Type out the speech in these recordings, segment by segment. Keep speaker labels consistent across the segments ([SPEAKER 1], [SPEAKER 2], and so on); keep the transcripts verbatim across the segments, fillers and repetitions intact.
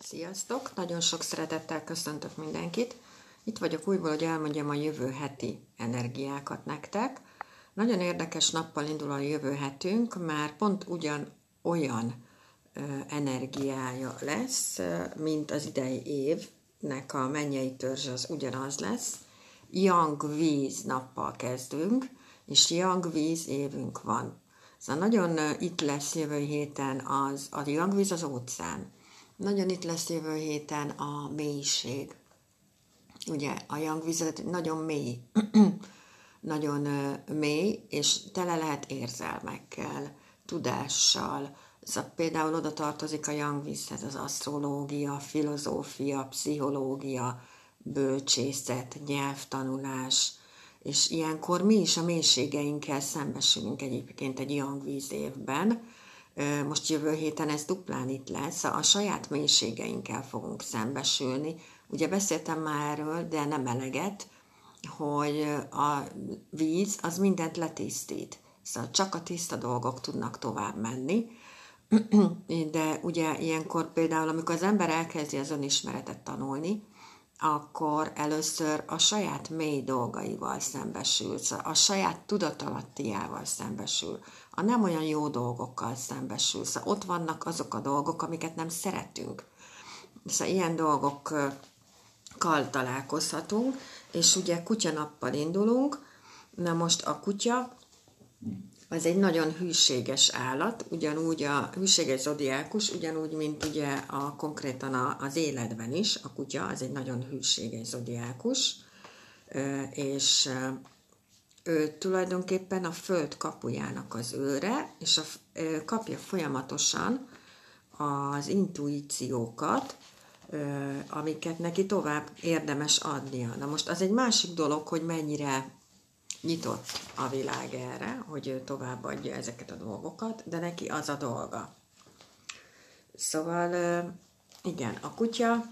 [SPEAKER 1] Sziasztok! Nagyon sok szeretettel köszöntök mindenkit. Itt vagyok újból, hogy elmondjam a jövő heti energiákat nektek. Nagyon érdekes nappal indul a jövő hetünk, már pont ugyan olyan ö, energiája lesz, mint az idei évnek a mennyei törzs az ugyanaz lesz. Yang víz nappal kezdünk, és Yang víz évünk van. Szóval nagyon ö, itt lesz jövő héten az, a Yang víz az óceán. Nagyon itt lesz jövő héten a mélység. Ugye a Yang víz nagyon mély, nagyon uh, mély, és tele lehet érzelmekkel, tudással. Szóval például oda tartozik a Yang vízhez az asztrológia, filozófia, pszichológia, bölcsészet, nyelvtanulás, és ilyenkor mi is a mélységeinkkel szembesülünk egyébként egy Yang víz évben. Most jövő héten ez duplán itt lesz, a saját mélységeinkkel fogunk szembesülni. Ugye beszéltem már erről, de nem eleget, hogy a víz az mindent letisztít. Szóval csak a tiszta dolgok tudnak tovább menni. De ugye ilyenkor például, amikor az ember elkezdi az önismeretet tanulni, akkor először a saját mély dolgaival szembesül, a saját tudatalattiával szembesül, a nem olyan jó dolgokkal szembesül. Szóval ott vannak azok a dolgok, amiket nem szeretünk. Szóval ilyen dolgokkal találkozhatunk, és ugye kutyanappal indulunk. Na most a kutya az egy nagyon hűséges állat, ugyanúgy a hűséges zodiákus, ugyanúgy, mint ugye a, konkrétan a, az életben is, a kutya az egy nagyon hűséges zodiákus, és ő tulajdonképpen a föld kapujának az őre, és a, kapja folyamatosan az intuíciókat, amiket neki tovább érdemes adnia. Na most az egy másik dolog, hogy mennyire nyitott a világ erre, hogy ő továbbadja ezeket a dolgokat, de neki az a dolga. Szóval igen, a kutya,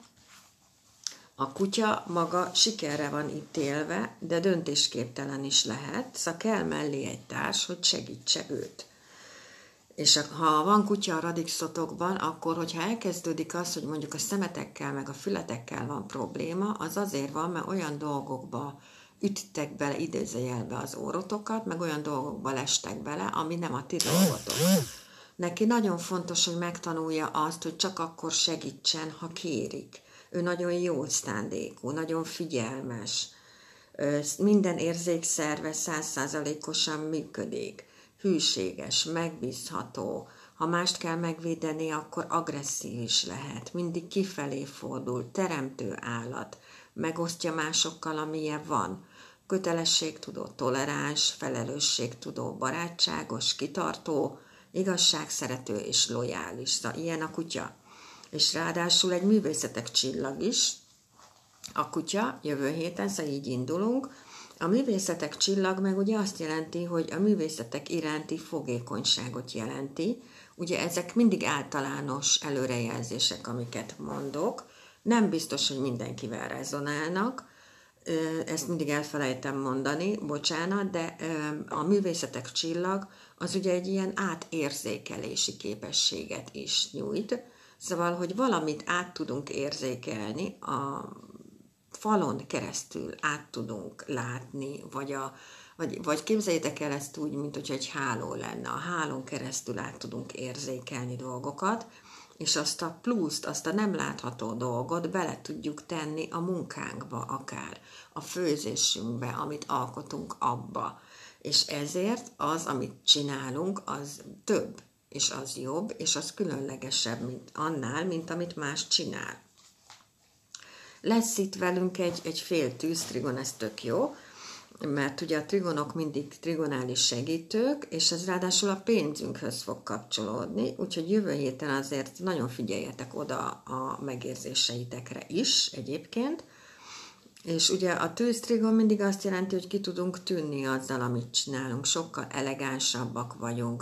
[SPEAKER 1] a kutya maga sikerre van ítélve, de döntésképtelen is lehet, szóval kell mellé egy társ, hogy segítse őt. És ha van kutya a radixotokban, akkor, hogyha elkezdődik az, hogy mondjuk a szemetekkel, meg a fületekkel van probléma, az azért van, mert olyan dolgokba üttek bele idézőjelbe az órotokat, meg olyan dolgokba lestek bele, ami nem a ti dolgotok. Neki nagyon fontos, hogy megtanulja azt, hogy csak akkor segítsen, ha kérik. Ő nagyon jó szándékú, nagyon figyelmes, minden érzékszerve százszázalékosan működik, hűséges, megbízható. Ha mást kell megvédeni, akkor agresszív is lehet, mindig kifelé fordul, teremtő állat, megosztja másokkal, amilyen van. Kötelességtudó, toleráns, felelősségtudó, barátságos, kitartó, igazságszerető és lojális. Szóval ilyen a kutya. És ráadásul egy művészetek csillag is. A kutya jövő héten, szóval így indulunk. A művészetek csillag meg ugye azt jelenti, hogy a művészetek iránti fogékonyságot jelenti. Ugye ezek mindig általános előrejelzések, amiket mondok. Nem biztos, hogy mindenkivel rezonálnak, ezt mindig elfelejtem mondani, bocsánat, de a művészetek csillag az ugye egy ilyen átérzékelési képességet is nyújt. Szóval, hogy valamit át tudunk érzékelni, a falon keresztül át tudunk látni, vagy, a, vagy, vagy képzeljétek el ezt úgy, mint hogyha egy háló lenne. A hálón keresztül át tudunk érzékelni dolgokat, és azt a pluszt, azt a nem látható dolgot bele tudjuk tenni a munkánkba akár, a főzésünkbe, amit alkotunk abba. És ezért az, amit csinálunk, az több, és az jobb, és az különlegesebb mint annál, mint amit más csinál. Lesz itt velünk egy, egy fél tűz trigon, ez tök jó, mert ugye a trigonok mindig trigonális segítők, és ez ráadásul a pénzünkhöz fog kapcsolódni, úgyhogy jövő héten azért nagyon figyeljetek oda a megérzéseitekre is egyébként. És ugye a tűztrigon mindig azt jelenti, hogy ki tudunk tűnni azzal, amit csinálunk, sokkal elegánsabbak vagyunk,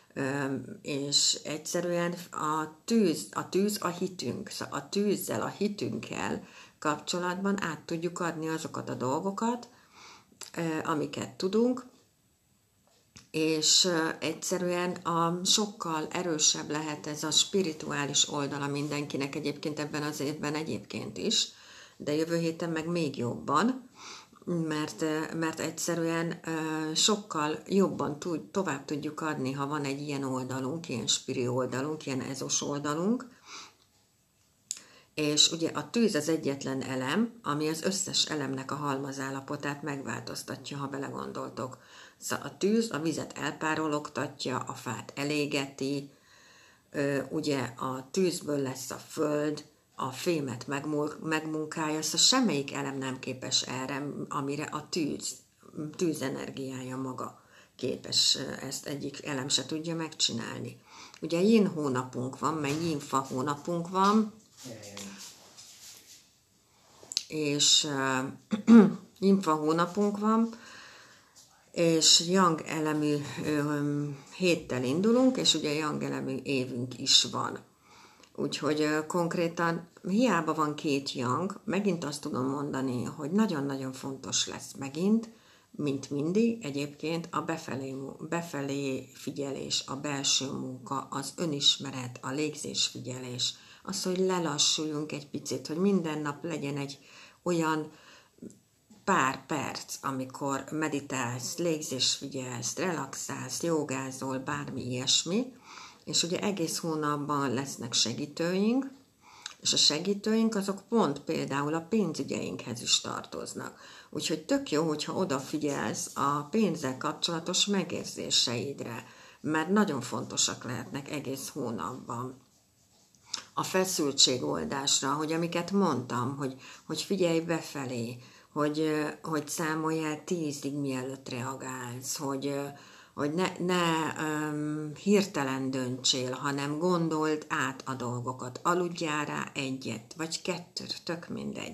[SPEAKER 1] és egyszerűen a tűz, a tűz a hitünk, szóval a tűzzel, a hitünkkel kapcsolatban át tudjuk adni azokat a dolgokat, amiket tudunk, és egyszerűen a sokkal erősebb lehet ez a spirituális oldala mindenkinek, egyébként ebben az évben egyébként is, de jövő héten meg még jobban, mert, mert egyszerűen sokkal jobban tud, tovább tudjuk adni, ha van egy ilyen oldalunk, ilyen spiri oldalunk, ilyen ezos oldalunk, és ugye a tűz az egyetlen elem, ami az összes elemnek a halmazállapotát megváltoztatja, ha belegondoltok. Szóval a tűz a vizet elpárologtatja, a fát elégeti, ugye a tűzből lesz a föld, a fémet megmunkálja, szóval semmelyik elem nem képes erre, amire a tűz, tűzenergiája maga képes, ezt egyik elem se tudja megcsinálni. Ugye yin hónapunk van, meg yin fa hónapunk van, és uh, yin fa hónapunk van, és yang elemű um, héttel indulunk, és ugye yang elemű évünk is van. Úgyhogy uh, konkrétan hiába van két yang, megint azt tudom mondani, hogy nagyon-nagyon fontos lesz megint, mint mindig, egyébként a befelé, befelé figyelés, a belső munka, az önismeret, a légzésfigyelés, az, hogy lelassuljunk egy picit, hogy minden nap legyen egy olyan pár perc, amikor meditálsz, légzésfigyelsz, relaxálsz, jogázol, bármi ilyesmi, és ugye egész hónapban lesznek segítőink, és a segítőink azok pont például a pénzügyeinkhez is tartoznak. Úgyhogy tök jó, hogyha odafigyelsz a pénzzel kapcsolatos megérzéseidre, mert nagyon fontosak lehetnek egész hónapban. A feszültségoldásra, hogy amiket mondtam, hogy, hogy figyelj befelé, hogy, hogy számolj el tízig, mielőtt reagálsz, hogy, hogy ne, ne um, hirtelen döntsél, hanem gondold át a dolgokat, aludjál rá egyet, vagy kettőt, tök mindegy.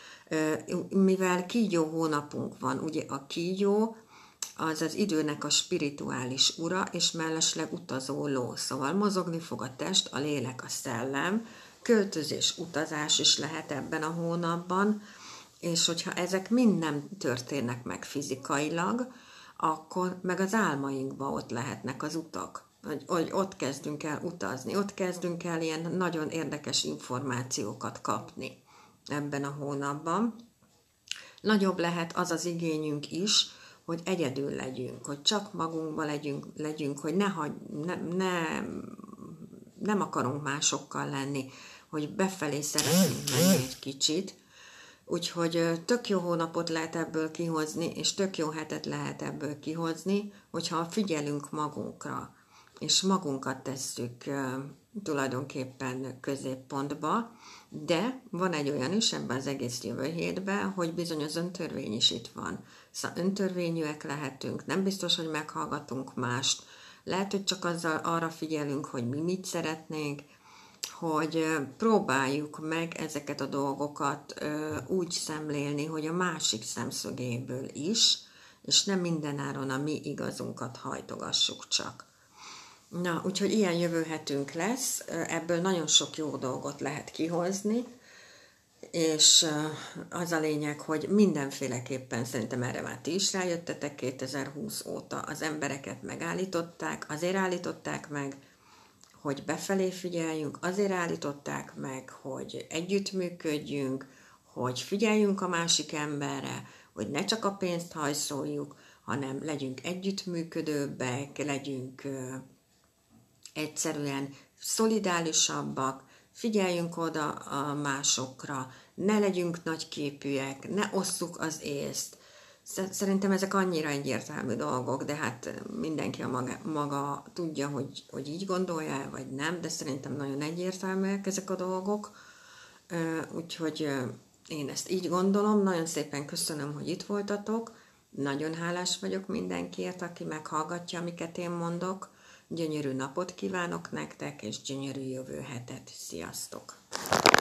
[SPEAKER 1] Mivel kígyó hónapunk van, ugye a kígyó az az időnek a spirituális ura, és mellesleg utazó ló, szóval mozogni fog a test, a lélek, a szellem, költözés, utazás is lehet ebben a hónapban, és hogyha ezek mind nem történnek meg fizikailag, akkor meg az álmainkban ott lehetnek az utak, hogy, hogy ott kezdünk el utazni, ott kezdünk el ilyen nagyon érdekes információkat kapni ebben a hónapban. Nagyobb lehet az az igényünk is, hogy egyedül legyünk, hogy csak magunkban legyünk, legyünk hogy ne, hagy, ne, ne, nem akarunk másokkal lenni, hogy befelé szeretnénk menni egy kicsit. Úgyhogy tök jó hónapot lehet ebből kihozni, és tök jó hetet lehet ebből kihozni, hogyha figyelünk magunkra, és magunkat tesszük tulajdonképpen középpontba, de van egy olyan is ebben az egész jövő hétben, hogy bizony az öntörvény is itt van. Szóval öntörvényűek lehetünk, nem biztos, hogy meghallgatunk mást, lehet, hogy csak azzal arra figyelünk, hogy mi mit szeretnénk, hogy próbáljuk meg ezeket a dolgokat úgy szemlélni, hogy a másik szemszögéből is, és nem mindenáron a mi igazunkat hajtogassuk csak. Na, úgyhogy ilyen jövő hetünk lesz, ebből nagyon sok jó dolgot lehet kihozni, és az a lényeg, hogy mindenféleképpen szerintem erre már ti is rájöttetek kétezer-húsz óta, az embereket megállították, azért állították meg, hogy befelé figyeljünk, azért állították meg, hogy együttműködjünk, hogy figyeljünk a másik emberre, hogy ne csak a pénzt hajszoljuk, hanem legyünk együttműködőbbek, legyünk ö, egyszerűen szolidárisabbak, figyeljünk oda a másokra, ne legyünk nagyképűek, ne osszuk az észt. Szerintem ezek annyira egyértelmű dolgok, de hát mindenki a maga, maga tudja, hogy, hogy így gondolja, vagy nem, de szerintem nagyon egyértelműek ezek a dolgok. Úgyhogy én ezt így gondolom. Nagyon szépen köszönöm, hogy itt voltatok. Nagyon hálás vagyok mindenkiért, aki meghallgatja, amiket én mondok. Gyönyörű napot kívánok nektek, és gyönyörű jövő hetet. Sziasztok!